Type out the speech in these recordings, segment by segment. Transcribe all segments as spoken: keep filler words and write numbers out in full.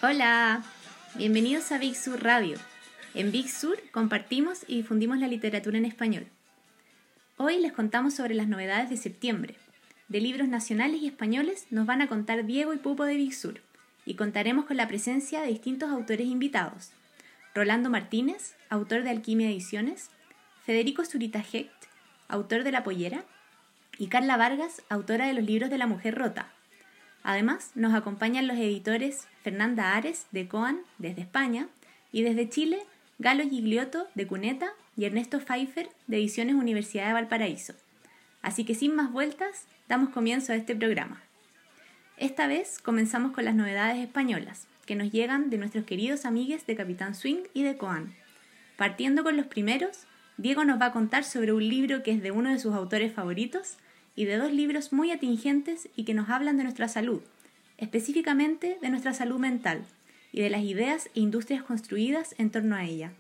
Hola, bienvenidos a Big Sur Radio. En Big Sur compartimos y difundimos la literatura en español. Hoy les contamos sobre las novedades de septiembre. De libros nacionales y españoles nos van a contar Diego y Pupo de Big Sur, y contaremos con la presencia de distintos autores invitados. Rolando Martínez, autor de Alquimia Ediciones, Federico Zurita Hecht, autor de La Pollera, y Carla Vargas, autora de los libros de La Mujer Rota. Además, nos acompañan los editores Fernanda Ares, de Coan, desde España, y desde Chile, Galo Gigliotto, de Cuneta, y Ernesto Pfeiffer, de Ediciones Universidad de Valparaíso. Así que sin más vueltas, damos comienzo a este programa. Esta vez comenzamos con las novedades españolas, que nos llegan de nuestros queridos amigues de Capitán Swing y de Coan. Partiendo con los primeros, Diego nos va a contar sobre un libro que es de uno de sus autores favoritos, y de dos libros muy atingentes y que nos hablan de nuestra salud, específicamente de nuestra salud mental y de las ideas e industrias construidas en torno a ella.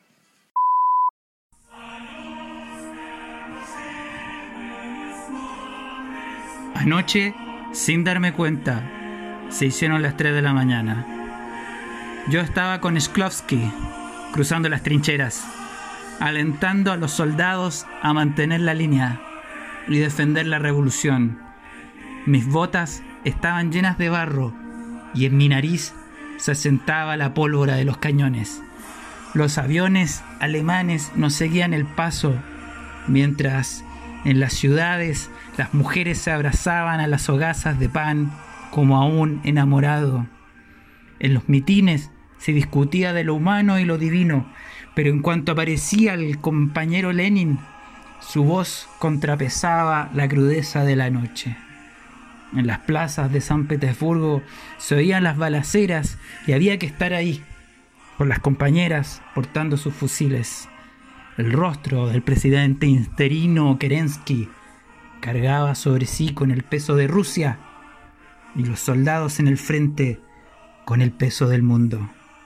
Anoche, sin darme cuenta, se hicieron las tres de la mañana. Yo estaba con Shklovsky, cruzando las trincheras, alentando a los soldados a mantener la línea y defender la revolución. Mis botas estaban llenas de barro y en mi nariz se asentaba la pólvora de los cañones. Los aviones alemanes nos seguían el paso, mientras en las ciudades las mujeres se abrazaban a las hogazas de pan como a un enamorado. En los mitines se discutía de lo humano y lo divino, pero en cuanto aparecía el compañero Lenin, su voz contrapesaba la crudeza de la noche. En las plazas de San Petersburgo se oían las balaceras y había que estar ahí, con las compañeras portando sus fusiles. El rostro del presidente interino Kerensky cargaba sobre sí con el peso de Rusia y los soldados en el frente con el peso del mundo.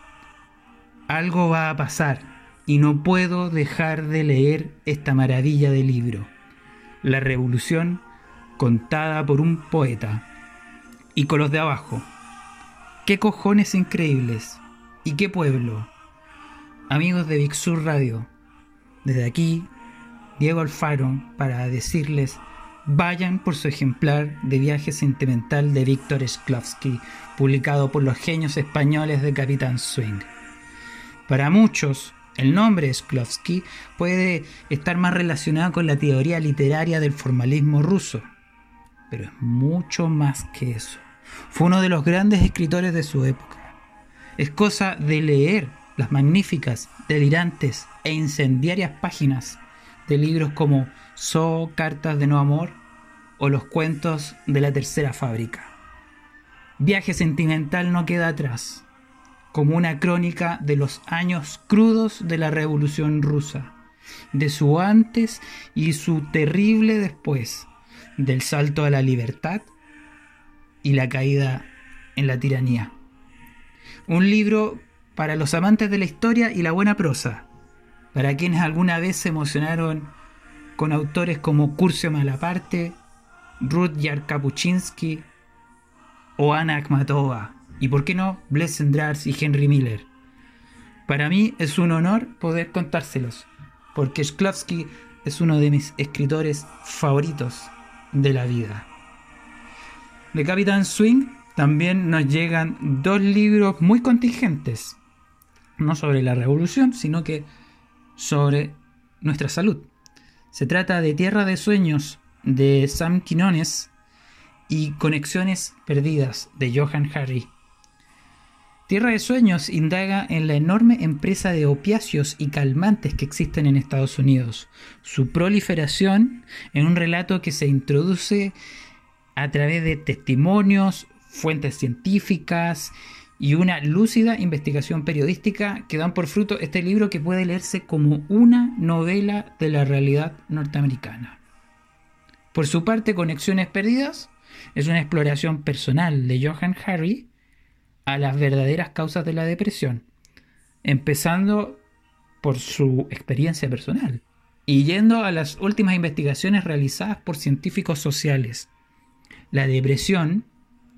Algo va a pasar. Y no puedo dejar de leer esta maravilla de libro, La Revolución contada por un poeta. Y con los de abajo, qué cojones increíbles y qué pueblo. Amigos de Big Sur Radio, desde aquí, Diego Alfaro, para decirles, vayan por su ejemplar de Viaje Sentimental de Víctor Shklovsky, publicado por los genios españoles de Capitán Swing. Para muchos, el nombre Shklovsky puede estar más relacionado con la teoría literaria del formalismo ruso, pero es mucho más que eso. Fue uno de los grandes escritores de su época. Es cosa de leer las magníficas, delirantes e incendiarias páginas de libros como So, Cartas de No Amor o Los Cuentos de la Tercera Fábrica. Viaje Sentimental no queda atrás, como una crónica de los años crudos de la Revolución Rusa, de su antes y su terrible después, del salto a la libertad y la caída en la tiranía. Un libro para los amantes de la historia y la buena prosa, para quienes alguna vez se emocionaron con autores como Curcio Malaparte, Rudyard Kapuczynski o Anna Akhmatova. Y por qué no, Blessendrars y Henry Miller. Para mí es un honor poder contárselos, porque Shklovsky es uno de mis escritores favoritos de la vida. De Capitán Swing también nos llegan dos libros muy contingentes, no sobre la revolución, sino que sobre nuestra salud. Se trata de Tierra de Sueños, de Sam Quinones, y Conexiones Perdidas, de Johann Hari. Tierra de Sueños indaga en la enorme empresa de opiáceos y calmantes que existen en Estados Unidos, su proliferación en un relato que se introduce a través de testimonios, fuentes científicas y una lúcida investigación periodística que dan por fruto este libro que puede leerse como una novela de la realidad norteamericana. Por su parte, Conexiones Perdidas es una exploración personal de Johann Hari a las verdaderas causas de la depresión, empezando por su experiencia personal y yendo a las últimas investigaciones realizadas por científicos sociales. La depresión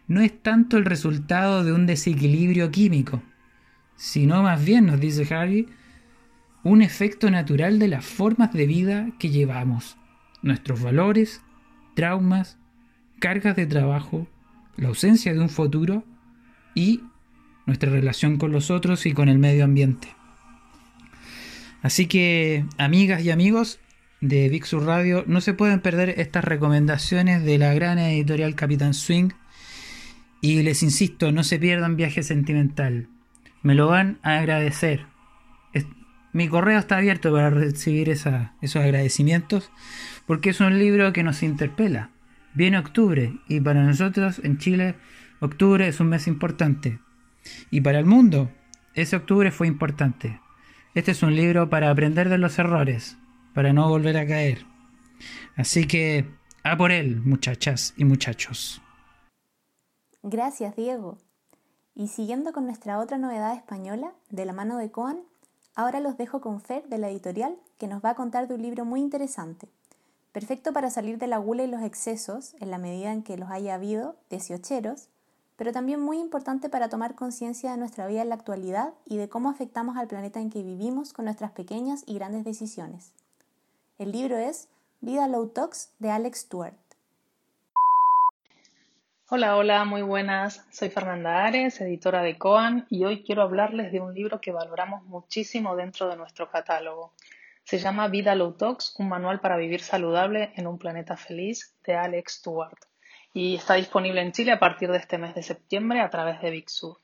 no es tanto el resultado de un desequilibrio químico, sino más bien, nos dice Harry, un efecto natural de las formas de vida que llevamos, nuestros valores, traumas, cargas de trabajo, la ausencia de un futuro y nuestra relación con los otros y con el medio ambiente. Así que, amigas y amigos de Big Sur Radio, no se pueden perder estas recomendaciones de la gran editorial Capitán Swing. Y les insisto, no se pierdan Viaje Sentimental. Me lo van a agradecer. Es, mi correo está abierto para recibir esa, esos agradecimientos, porque es un libro que nos interpela. Viene octubre y para nosotros en Chile octubre es un mes importante. Y para el mundo ese octubre fue importante. Este es un libro para aprender de los errores, para no volver a caer. Así que a por él, muchachas y muchachos. Gracias, Diego. Y siguiendo con nuestra otra novedad española, de la mano de Koan, ahora los dejo con Fer de la editorial, que nos va a contar de un libro muy interesante. Perfecto para salir de la gula y los excesos, en la medida en que los haya habido, dieciocheros, pero también muy importante para tomar conciencia de nuestra vida en la actualidad y de cómo afectamos al planeta en que vivimos con nuestras pequeñas y grandes decisiones. El libro es Vida Low Tox de Alex Stewart. Hola, hola, muy buenas. Soy Fernanda Ares, editora de Koan, y hoy quiero hablarles de un libro que valoramos muchísimo dentro de nuestro catálogo. Se llama Vida Low Tox, un manual para vivir saludable en un planeta feliz, de Alex Stewart, y está disponible en Chile a partir de este mes de septiembre a través de Big Sur.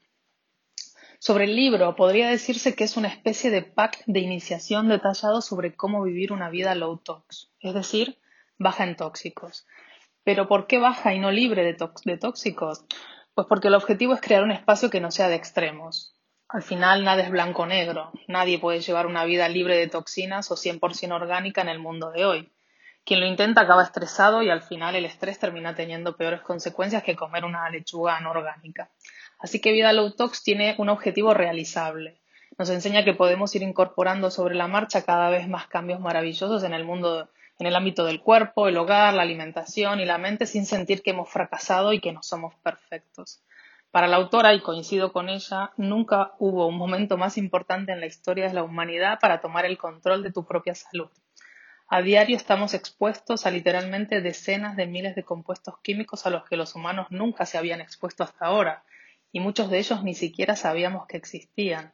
Sobre el libro, podría decirse que es una especie de pack de iniciación detallado sobre cómo vivir una vida low tox, es decir, baja en tóxicos. ¿Pero por qué baja y no libre de, de tóxicos? Pues porque el objetivo es crear un espacio que no sea de extremos. Al final nada es blanco o negro. Nadie puede llevar una vida libre de toxinas o cien por ciento orgánica en el mundo de hoy. Quien lo intenta acaba estresado y al final el estrés termina teniendo peores consecuencias que comer una lechuga no orgánica. Así que Vida Low Tox tiene un objetivo realizable. Nos enseña que podemos ir incorporando sobre la marcha cada vez más cambios maravillosos en el mundo de en el ámbito del cuerpo, el hogar, la alimentación y la mente sin sentir que hemos fracasado y que no somos perfectos. Para la autora, y coincido con ella, nunca hubo un momento más importante en la historia de la humanidad para tomar el control de tu propia salud. A diario estamos expuestos a literalmente decenas de miles de compuestos químicos a los que los humanos nunca se habían expuesto hasta ahora, y muchos de ellos ni siquiera sabíamos que existían.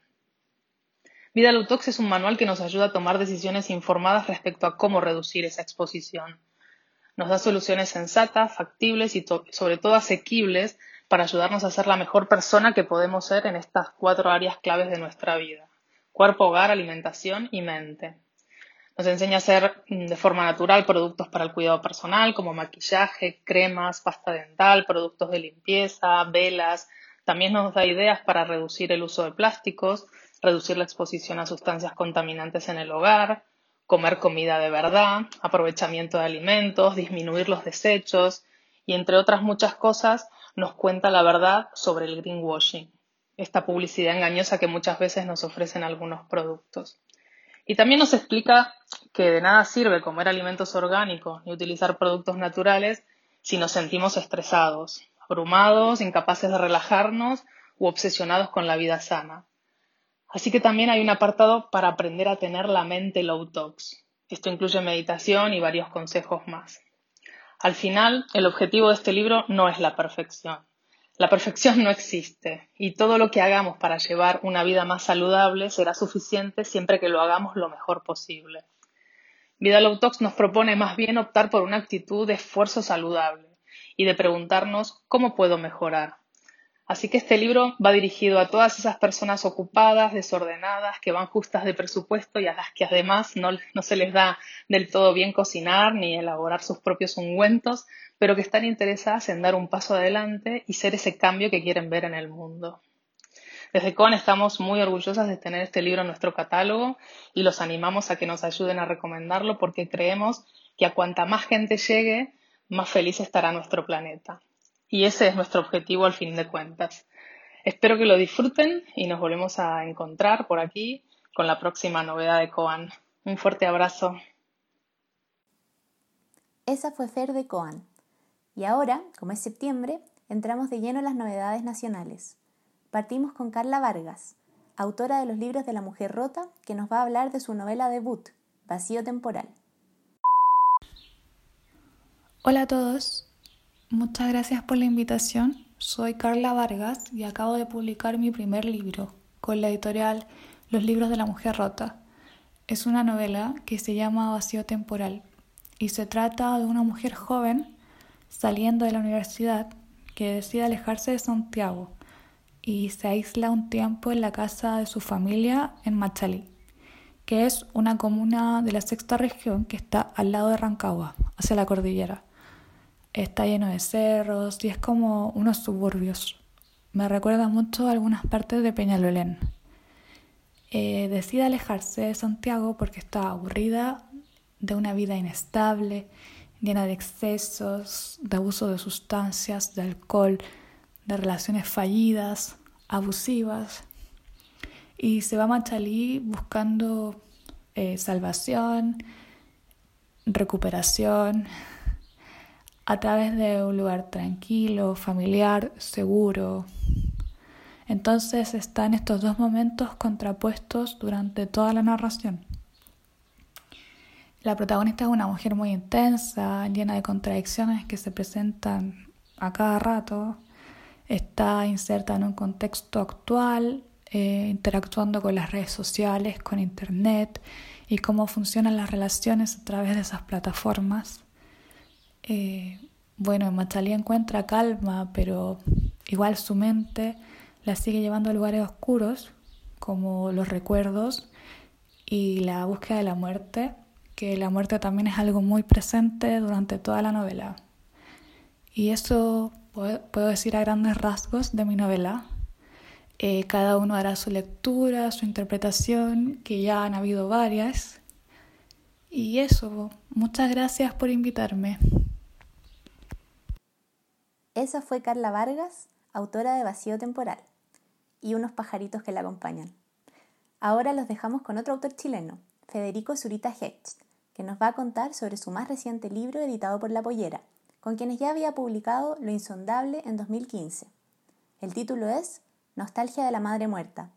Vida Low Tox es un manual que nos ayuda a tomar decisiones informadas respecto a cómo reducir esa exposición. Nos da soluciones sensatas, factibles y sobre todo asequibles para ayudarnos a ser la mejor persona que podemos ser en estas cuatro áreas claves de nuestra vida: cuerpo, hogar, alimentación y mente. Nos enseña a hacer de forma natural productos para el cuidado personal como maquillaje, cremas, pasta dental, productos de limpieza, velas. También nos da ideas para reducir el uso de plásticos, reducir la exposición a sustancias contaminantes en el hogar, comer comida de verdad, aprovechamiento de alimentos, disminuir los desechos y, entre otras muchas cosas, nos cuenta la verdad sobre el greenwashing, esta publicidad engañosa que muchas veces nos ofrecen algunos productos. Y también nos explica que de nada sirve comer alimentos orgánicos ni utilizar productos naturales si nos sentimos estresados, abrumados, incapaces de relajarnos u obsesionados con la vida sana. Así que también hay un apartado para aprender a tener la mente low tox. Esto incluye meditación y varios consejos más. Al final, el objetivo de este libro no es la perfección. La perfección no existe y todo lo que hagamos para llevar una vida más saludable será suficiente siempre que lo hagamos lo mejor posible. Vida Low Tox nos propone más bien optar por una actitud de esfuerzo saludable y de preguntarnos ¿cómo puedo mejorar? Así que este libro va dirigido a todas esas personas ocupadas, desordenadas, que van justas de presupuesto y a las que además no, no se les da del todo bien cocinar ni elaborar sus propios ungüentos, pero que están interesadas en dar un paso adelante y ser ese cambio que quieren ver en el mundo. Desde Koan estamos muy orgullosas de tener este libro en nuestro catálogo y los animamos a que nos ayuden a recomendarlo porque creemos que a cuanta más gente llegue, más feliz estará nuestro planeta. Y ese es nuestro objetivo al fin de cuentas. Espero que lo disfruten y nos volvemos a encontrar por aquí con la próxima novedad de Koan. Un fuerte abrazo. Esa fue Fer de Koan. Y ahora, como es septiembre, entramos de lleno en las novedades nacionales. Partimos con Carla Vargas, autora de los libros de La mujer rota, que nos va a hablar de su novela debut, Vacío temporal. Hola a todos, muchas gracias por la invitación. Soy Carla Vargas y acabo de publicar mi primer libro con la editorial Los libros de la mujer rota. Es una novela que se llama Vacío temporal y se trata de una mujer joven saliendo de la universidad que decide alejarse de Santiago y se aísla un tiempo en la casa de su familia en Machalí, que es una comuna de la sexta región que está al lado de Rancagua, hacia la cordillera. Está lleno de cerros y es como unos suburbios. Me recuerda mucho a algunas partes de Peñalolén. Eh, decide alejarse de Santiago porque está aburrida de una vida inestable, llena de excesos, de abuso de sustancias, de alcohol, de relaciones fallidas, abusivas. Y se va a Machalí buscando eh, salvación, recuperación, a través de un lugar tranquilo, familiar, seguro. Entonces están estos dos momentos contrapuestos durante toda la narración. La protagonista es una mujer muy intensa, llena de contradicciones que se presentan a cada rato. Está inserta en un contexto actual, eh, interactuando con las redes sociales, con internet y cómo funcionan las relaciones a través de esas plataformas. Eh, bueno, en Machalí encuentra calma, pero igual su mente la sigue llevando a lugares oscuros, como los recuerdos y la búsqueda de la muerte, que la muerte también es algo muy presente durante toda la novela. Y eso puedo decir a grandes rasgos de mi novela. Eh, cada uno hará su lectura, su interpretación, que ya han habido varias. Y eso, muchas gracias por invitarme. Esa fue Carla Vargas, autora de Vacío temporal, y unos pajaritos que la acompañan. Ahora los dejamos con otro autor chileno, Federico Zurita Hecht, que nos va a contar sobre su más reciente libro editado por La Pollera, con quienes ya había publicado Lo insondable en dos mil quince. El título es Nostalgia de la madre muerta.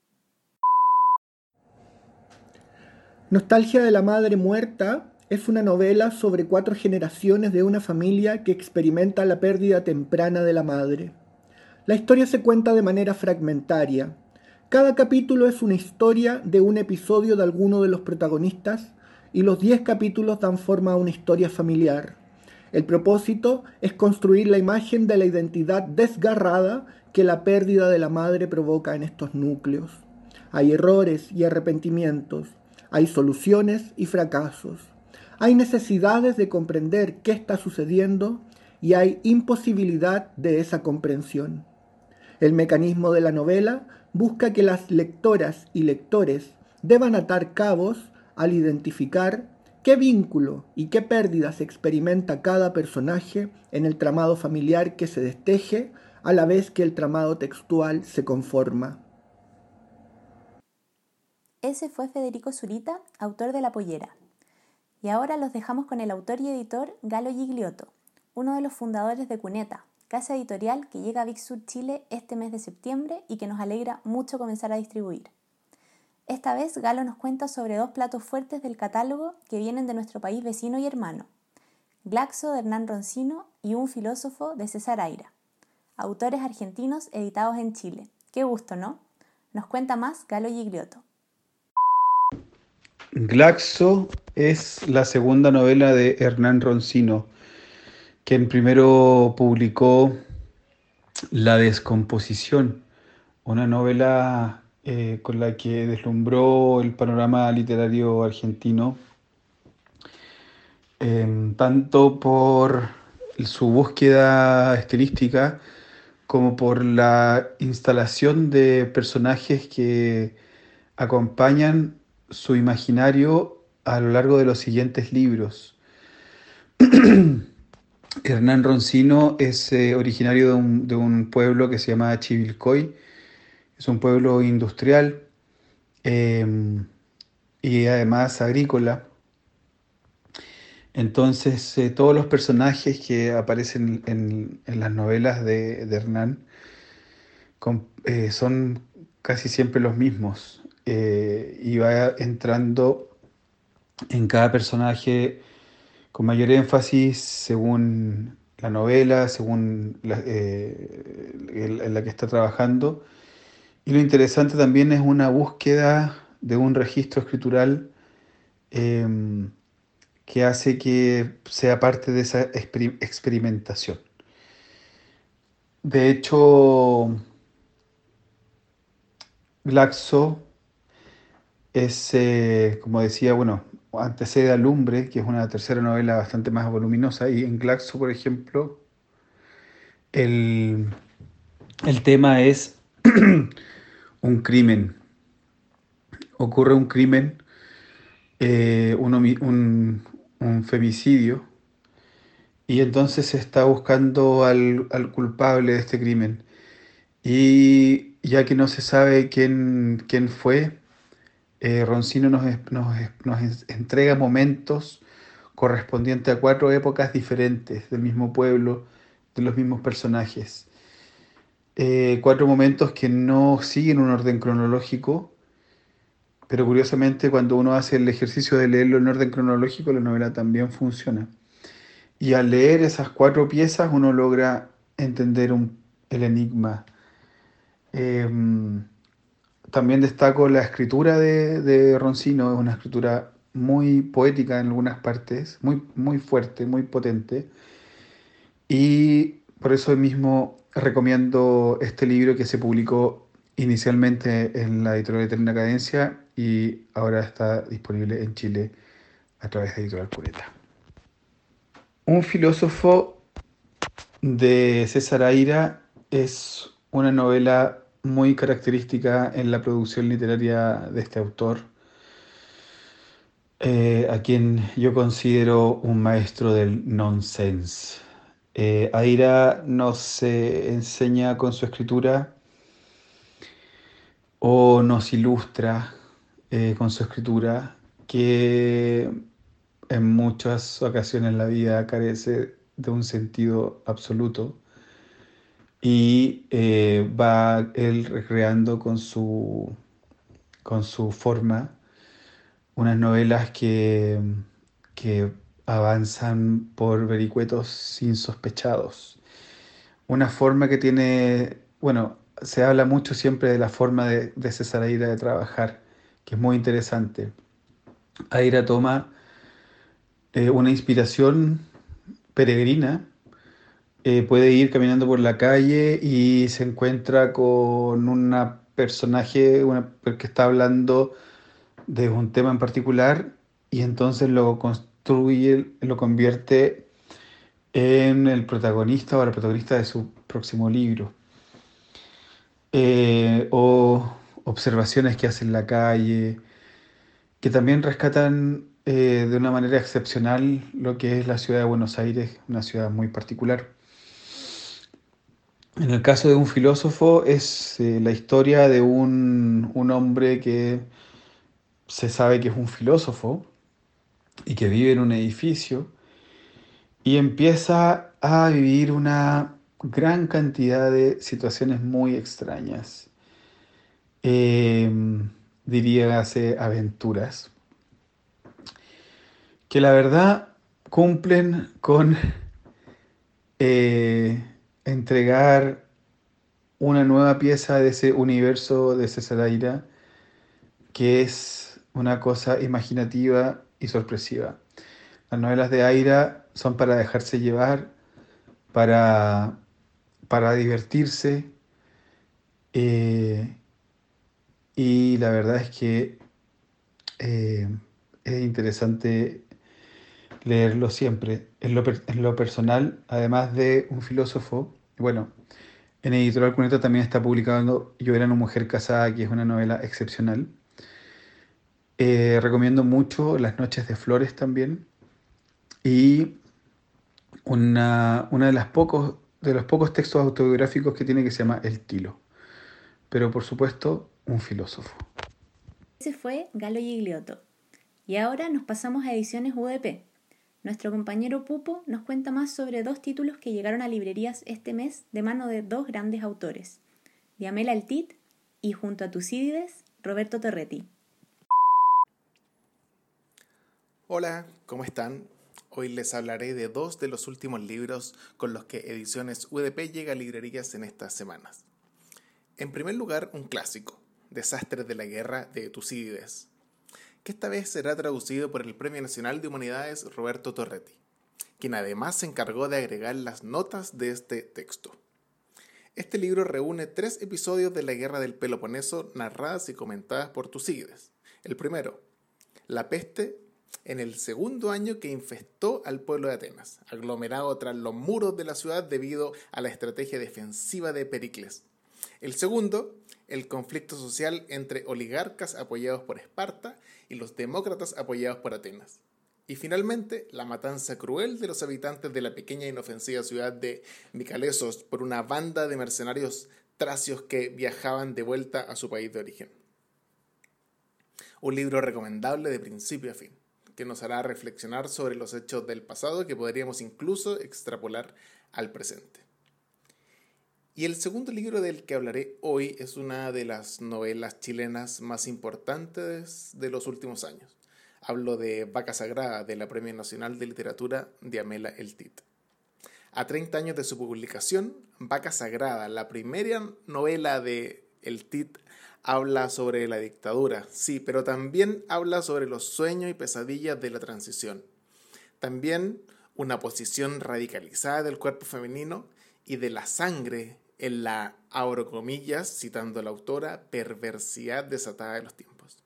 Nostalgia de la madre muerta es una novela sobre cuatro generaciones de una familia que experimenta la pérdida temprana de la madre. La historia se cuenta de manera fragmentaria. Cada capítulo es una historia de un episodio de alguno de los protagonistas y los diez capítulos dan forma a una historia familiar. El propósito es construir la imagen de la identidad desgarrada que la pérdida de la madre provoca en estos núcleos. Hay errores y arrepentimientos, hay soluciones y fracasos. Hay necesidades de comprender qué está sucediendo y hay imposibilidad de esa comprensión. El mecanismo de la novela busca que las lectoras y lectores deban atar cabos al identificar qué vínculo y qué pérdidas experimenta cada personaje en el tramado familiar que se desteje a la vez que el tramado textual se conforma. Ese fue Federico Zurita, autor de La Pollera. Y ahora los dejamos con el autor y editor Galo Gigliotto, uno de los fundadores de Cuneta, casa editorial que llega a Big Sur Chile este mes de septiembre y que nos alegra mucho comenzar a distribuir. Esta vez Galo nos cuenta sobre dos platos fuertes del catálogo que vienen de nuestro país vecino y hermano, Glaxo de Hernán Roncino y Un filósofo de César Aira, autores argentinos editados en Chile. Qué gusto, ¿no? Nos cuenta más Galo Gigliotto. Glaxo es la segunda novela de Hernán Roncino, quien primero publicó La descomposición, una novela eh, con la que deslumbró el panorama literario argentino, eh, tanto por su búsqueda estilística como por la instalación de personajes que acompañan su imaginario a lo largo de los siguientes libros. Hernán Roncino es eh, originario de un, de un pueblo que se llama Chivilcoy. Es un pueblo industrial eh, y además agrícola, Entonces, eh, todos los personajes que aparecen en, en las novelas de, de Hernán con- eh, son casi siempre los mismos. Eh, y va entrando en cada personaje con mayor énfasis según la novela, según la, eh, el- en la que está trabajando. Y lo interesante también es una búsqueda de un registro escritural em, que hace que sea parte de esa exper- experimentación. De hecho, Glaxo es, eh, como decía, bueno, antecede a Lumbre, que es una tercera novela bastante más voluminosa, y en Glaxo, por ejemplo, el, el tema es un crimen. Ocurre un crimen, eh, un, homi- un- un femicidio, y entonces se está buscando al, al culpable de este crimen. Y ya que no se sabe quién, quién fue, eh, Roncino nos, es- nos es- nos es- entrega momentos correspondientes a cuatro épocas diferentes del mismo pueblo, de los mismos personajes. Eh, cuatro momentos que no siguen un orden cronológico, pero curiosamente cuando uno hace el ejercicio de leerlo en orden cronológico, la novela también funciona. Y al leer esas cuatro piezas uno logra entender un- el enigma. Em, También destaco la escritura de, de Roncino, es una escritura muy poética en algunas partes, muy, muy fuerte, muy potente. Y por eso mismo recomiendo este libro que se publicó inicialmente en la editorial Eterna Cadencia y ahora está disponible en Chile a través de Editorial Pureta. Un filósofo de César Aira es una novela muy característica en la producción literaria de este autor, eh, a quien yo considero un maestro del nonsense. Eh, Aira nos eh, enseña con su escritura o nos ilustra eh, con su escritura que en muchas ocasiones la vida carece de un sentido absoluto y eh, va él recreando con su, con su forma unas novelas que, que avanzan por vericuetos insospechados. Una forma que tiene, bueno, se habla mucho siempre de la forma de, de César Aira de trabajar, que es muy interesante. Aira toma eh, una inspiración peregrina, eh, puede ir caminando por la calle y se encuentra con una personaje una, que está hablando de un tema en particular y entonces lo construye, lo convierte en el protagonista o la protagonista de su próximo libro. Eh, o observaciones que hace en la calle, que también rescatan eh, de una manera excepcional lo que es la ciudad de Buenos Aires, una ciudad muy particular. En el caso de un filósofo es eh, la historia de un, un hombre que se sabe que es un filósofo y que vive en un edificio y empieza a vivir una gran cantidad de situaciones muy extrañas. Eh, Diríase aventuras, que la verdad cumplen con eh, entregar una nueva pieza de ese universo de César Aira, que es una cosa imaginativa y sorpresiva. Las novelas de Aira son para dejarse llevar, para, para divertirse, eh, y la verdad es que eh, es interesante leerlo siempre. En lo, per- en lo personal, además de un filósofo, bueno, en Editorial Cuneta también está publicando Yo era una mujer casada, que es una novela excepcional. Eh, recomiendo mucho Las noches de flores también. Y una, una de las pocos, de los pocos textos autobiográficos que tiene que se llama El Tilo. Pero por supuesto, un filósofo. Ese fue Galo Gigliotto. Y ahora nos pasamos a Ediciones U D P. Nuestro compañero Pupo nos cuenta más sobre dos títulos que llegaron a librerías este mes de mano de dos grandes autores, Diamela El Tit y Junto a Tucídides, Roberto Torretti. Hola, ¿cómo están? Hoy les hablaré de dos de los últimos libros con los que Ediciones U D P llega a librerías en estas semanas. En primer lugar, un clásico, Desastres de la Guerra de Tucídides, que esta vez será traducido por el Premio Nacional de Humanidades Roberto Torretti, quien además se encargó de agregar las notas de este texto. Este libro reúne tres episodios de la Guerra del Peloponeso narradas y comentadas por Tucídides. El primero, la peste en el segundo año que infestó al pueblo de Atenas, aglomerado tras los muros de la ciudad debido a la estrategia defensiva de Pericles. El segundo, el conflicto social entre oligarcas apoyados por Esparta y los demócratas apoyados por Atenas. Y finalmente, la matanza cruel de los habitantes de la pequeña e inofensiva ciudad de Micalesos por una banda de mercenarios tracios que viajaban de vuelta a su país de origen. Un libro recomendable de principio a fin, que nos hará reflexionar sobre los hechos del pasado que podríamos incluso extrapolar al presente. Y el segundo libro del que hablaré hoy es una de las novelas chilenas más importantes de los últimos años. Hablo de Vaca Sagrada, de la Premio Nacional de Literatura Diamela El Tit. A treinta años de su publicación, Vaca Sagrada, la primera novela de El Tit, habla sobre la dictadura, sí, pero también habla sobre los sueños y pesadillas de la transición. También una posición radicalizada del cuerpo femenino y de la sangre en la, abro comillas, citando a la autora, perversidad desatada de los tiempos.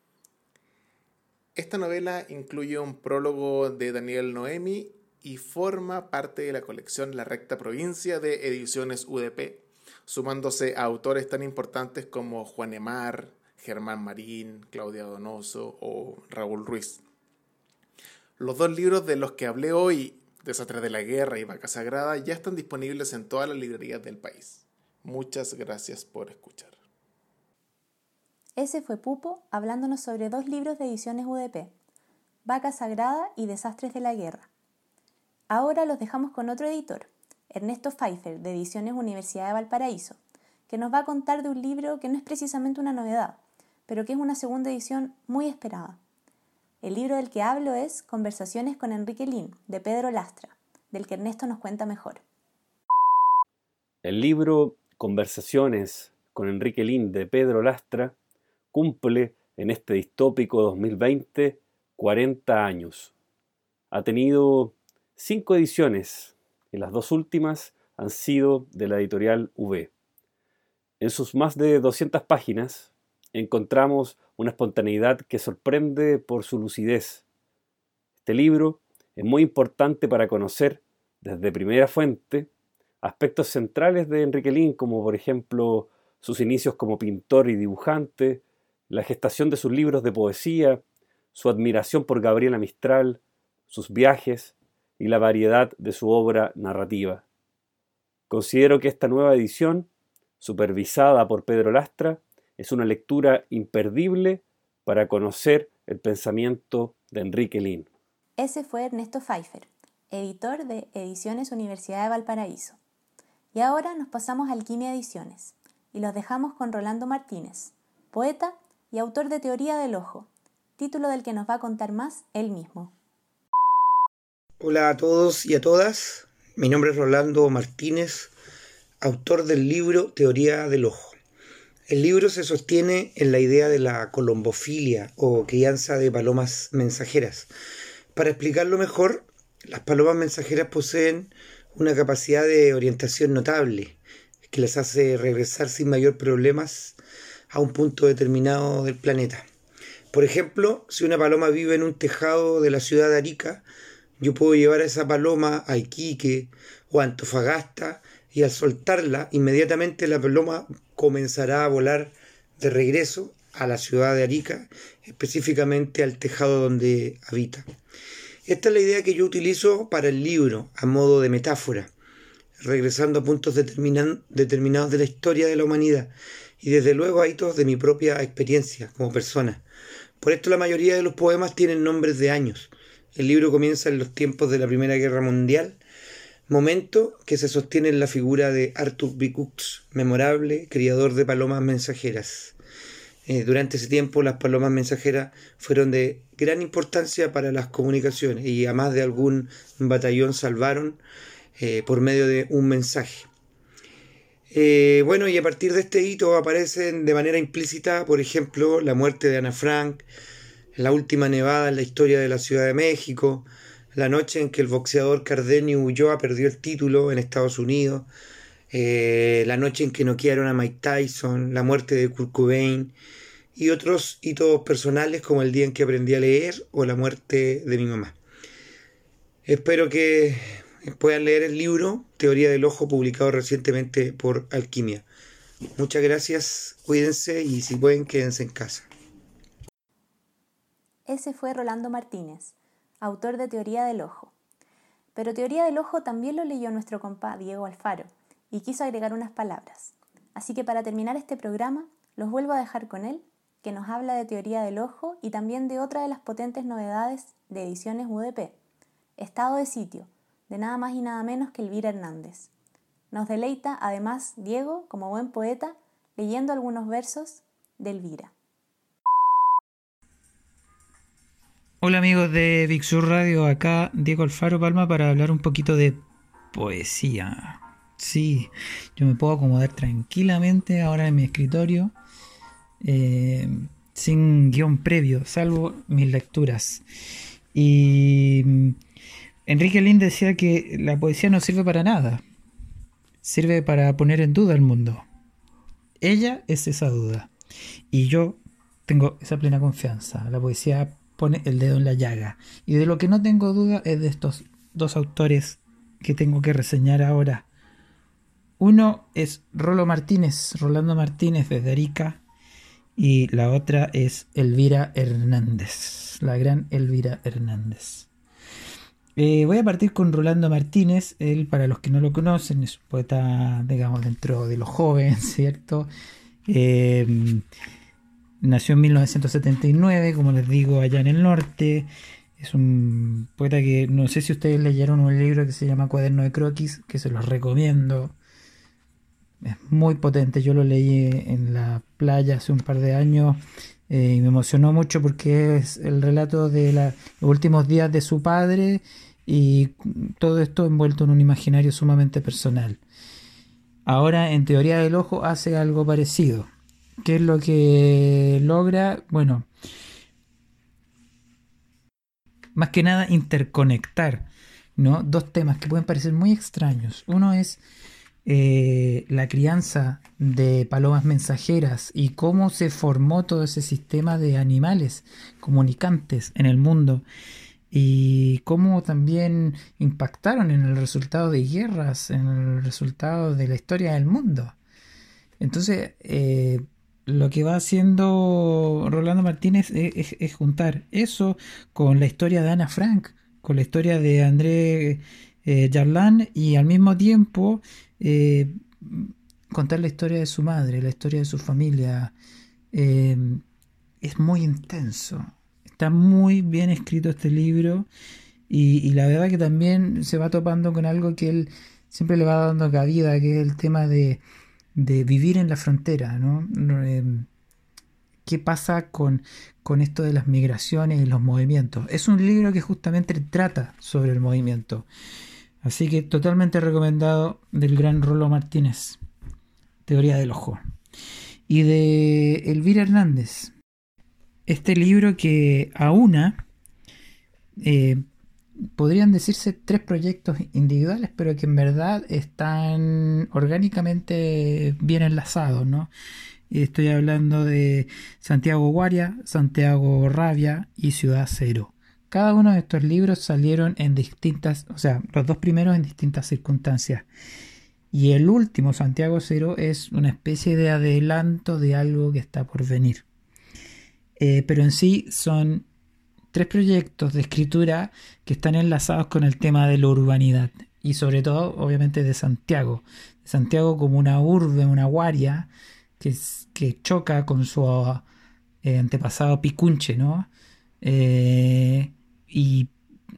Esta novela incluye un prólogo de Daniel Noemi y forma parte de la colección La Recta Provincia de Ediciones U D P, sumándose a autores tan importantes como Juan Emar, Germán Marín, Claudia Donoso o Raúl Ruiz. Los dos libros de los que hablé hoy, Desastres de la Guerra y Vaca Sagrada, ya están disponibles en todas las librerías del país. Muchas gracias por escuchar. Ese fue Pupo hablándonos sobre dos libros de Ediciones U D P, Vaca Sagrada y Desastres de la Guerra. Ahora los dejamos con otro editor, Ernesto Pfeiffer, de Ediciones Universidad de Valparaíso, que nos va a contar de un libro que no es precisamente una novedad, pero que es una segunda edición muy esperada. El libro del que hablo es Conversaciones con Enrique Lin, de Pedro Lastra, del que Ernesto nos cuenta mejor. El libro Conversaciones con Enrique Lin, de Pedro Lastra, cumple en este distópico dos mil veinte cuarenta años. Ha tenido cinco ediciones y las dos últimas han sido de la editorial U V. En sus más de doscientas páginas encontramos una espontaneidad que sorprende por su lucidez. Este libro es muy importante para conocer desde primera fuente aspectos centrales de Enrique Lin, como por ejemplo sus inicios como pintor y dibujante, la gestación de sus libros de poesía, su admiración por Gabriela Mistral, sus viajes y la variedad de su obra narrativa. Considero que esta nueva edición, supervisada por Pedro Lastra, es una lectura imperdible para conocer el pensamiento de Enrique Lin. Ese fue Ernesto Pfeiffer, editor de Ediciones Universidad de Valparaíso. Y ahora nos pasamos a Alquimia Ediciones y los dejamos con Rolando Martínez, poeta y autor de Teoría del Ojo, título del que nos va a contar más él mismo. Hola a todos y a todas, mi nombre es Rolando Martínez, autor del libro Teoría del Ojo. El libro se sostiene en la idea de la colombofilia o crianza de palomas mensajeras. Para explicarlo mejor, las palomas mensajeras poseen una capacidad de orientación notable que las hace regresar sin mayor problemas a un punto determinado del planeta. Por ejemplo, si una paloma vive en un tejado de la ciudad de Arica, yo puedo llevar a esa paloma a Iquique o a Antofagasta y al soltarla, inmediatamente la paloma comenzará a volar de regreso a la ciudad de Arica, específicamente al tejado donde habita. Esta es la idea que yo utilizo para el libro, a modo de metáfora, regresando a puntos determinan, determinados de la historia de la humanidad y desde luego a hitos de mi propia experiencia como persona. Por esto la mayoría de los poemas tienen nombres de años El libro comienza en los tiempos de la Primera Guerra Mundial, momento que se sostiene en la figura de Arthur B. Cookes, memorable criador de palomas mensajeras. Eh, durante ese tiempo las palomas mensajeras fueron de gran importancia para las comunicaciones y a más de algún batallón salvaron eh, por medio de un mensaje. Eh, bueno, y a partir de este hito aparecen de manera implícita, por ejemplo, la muerte de Ana Frank, la última nevada en la historia de la Ciudad de México, la noche en que el boxeador Cardenio Ulloa perdió el título en Estados Unidos, eh, la noche en que noquearon a Mike Tyson, la muerte de Kurt Cobain y otros hitos personales como el día en que aprendí a leer o la muerte de mi mamá. Espero que puedan leer el libro Teoría del Ojo, publicado recientemente por Alquimia. Muchas gracias, cuídense y si pueden quédense en casa. Ese fue Rolando Martínez, autor de Teoría del Ojo. Pero Teoría del Ojo también lo leyó nuestro compa Diego Alfaro y quiso agregar unas palabras. Así que para terminar este programa, los vuelvo a dejar con él, que nos habla de Teoría del Ojo y también de otra de las potentes novedades de Ediciones U D P, Estado de Sitio, de nada más y nada menos que Elvira Hernández. Nos deleita, además, Diego, como buen poeta, leyendo algunos versos de Elvira. Hola amigos de Big Sur Radio, acá Diego Alfaro Palma para hablar un poquito de poesía. Sí, yo me puedo acomodar tranquilamente ahora en mi escritorio, eh, sin guión previo, salvo mis lecturas. Y Enrique Lin decía que la poesía no sirve para nada, sirve para poner en duda el mundo. Ella es esa duda y yo tengo esa plena confianza. La poesía pone el dedo en la llaga y de lo que no tengo duda es de estos dos autores que tengo que reseñar ahora. Uno es Rolo Martínez, Rolando Martínez desde Arica, y la otra es Elvira Hernández, la gran Elvira Hernández. Eh, voy a partir con Rolando Martínez. Él, para los que no lo conocen, es un poeta, digamos, dentro de los jóvenes, ¿cierto? Eh, nació en mil novecientos setenta y nueve, como les digo, allá en el norte. Es un poeta que, no sé si ustedes leyeron un libro que se llama Cuaderno de Croquis, que se los recomiendo. Es muy potente, yo lo leí en la playa hace un par de años eh, y me emocionó mucho porque es el relato de la, los últimos días de su padre y todo esto envuelto en un imaginario sumamente personal. Ahora en Teoría del Ojo hace algo parecido. ¿Qué es lo que logra? Bueno, más que nada interconectar, ¿no? Dos temas que pueden parecer muy extraños. Uno es Eh, la crianza de palomas mensajeras y cómo se formó todo ese sistema de animales comunicantes en el mundo y cómo también impactaron en el resultado de guerras, en el resultado de la historia del mundo. Entonces, eh, lo que va haciendo Rolando Martínez es, es, es juntar eso con la historia de Ana Frank, con la historia de André eh, Jarlan y al mismo tiempo Eh, contar la historia de su madre, la historia de su familia. Eh, es muy intenso, está muy bien escrito este libro y, y la verdad que también se va topando con algo que él siempre le va dando cabida, que es el tema de, de vivir en la frontera, ¿no? Eh, ¿Qué pasa con, con esto de las migraciones y los movimientos? Es un libro que justamente trata sobre el movimiento. Así que totalmente recomendado, del gran Rolo Martínez, Teoría del Ojo. Y de Elvira Hernández, este libro que aúna, eh, podrían decirse tres proyectos individuales, pero que en verdad están orgánicamente bien enlazados, ¿no? Estoy hablando de Santiago Guaria, Santiago Rabia y Ciudad Cero. Cada uno de estos libros salieron en distintas, o sea, los dos primeros en distintas circunstancias. Y el último, Santiago Cero, es una especie de adelanto de algo que está por venir. Eh, pero en sí son tres proyectos de escritura que están enlazados con el tema de la urbanidad. Y sobre todo, obviamente, de Santiago. Santiago como una urbe, una guaria, que, que choca con su eh, antepasado Picunche, ¿no? Eh, y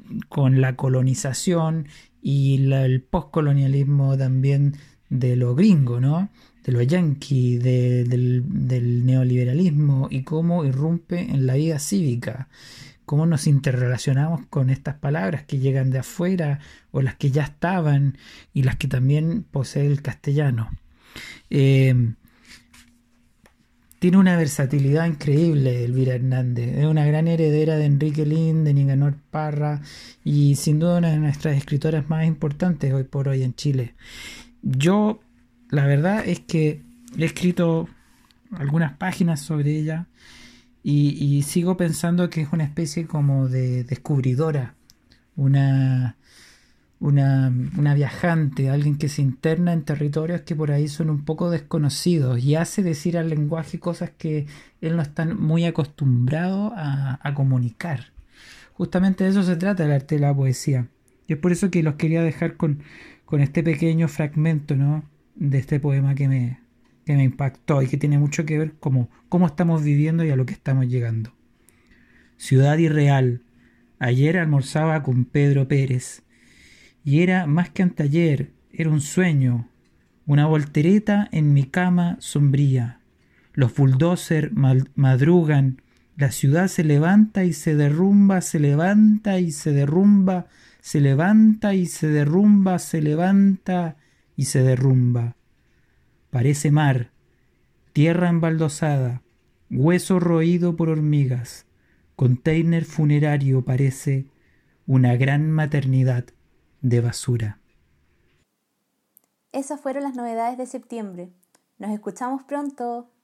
con la colonización y la, el postcolonialismo también de lo gringo, ¿no? De los yanquis, de, del, del neoliberalismo y cómo irrumpe en la vida cívica, cómo nos interrelacionamos con estas palabras que llegan de afuera o las que ya estaban y las que también posee el castellano. Eh, tiene una versatilidad increíble Elvira Hernández, es una gran heredera de Enrique Lin, de Nicanor Parra y sin duda una de nuestras escritoras más importantes hoy por hoy en Chile. Yo, la verdad es que he escrito algunas páginas sobre ella y, y sigo pensando que es una especie como de descubridora, una, una, una viajante, alguien que se interna en territorios que por ahí son un poco desconocidos y hace decir al lenguaje cosas que él no está muy acostumbrado a, a comunicar. Justamente de eso se trata el arte de la poesía. Y es por eso que los quería dejar con, con este pequeño fragmento, ¿no?, de este poema que me, que me impactó y que tiene mucho que ver con cómo estamos viviendo y a lo que estamos llegando. Ciudad irreal. Ayer almorzaba con Pedro Pérez. Y era más que anteayer, era un sueño, una voltereta en mi cama sombría. Los bulldozers madrugan, la ciudad se levanta y se derrumba, se levanta y se derrumba, se levanta y se derrumba, se levanta y se derrumba. Parece mar, tierra embaldosada, hueso roído por hormigas, container funerario parece una gran maternidad de basura. Esas fueron las novedades de septiembre. Nos escuchamos pronto.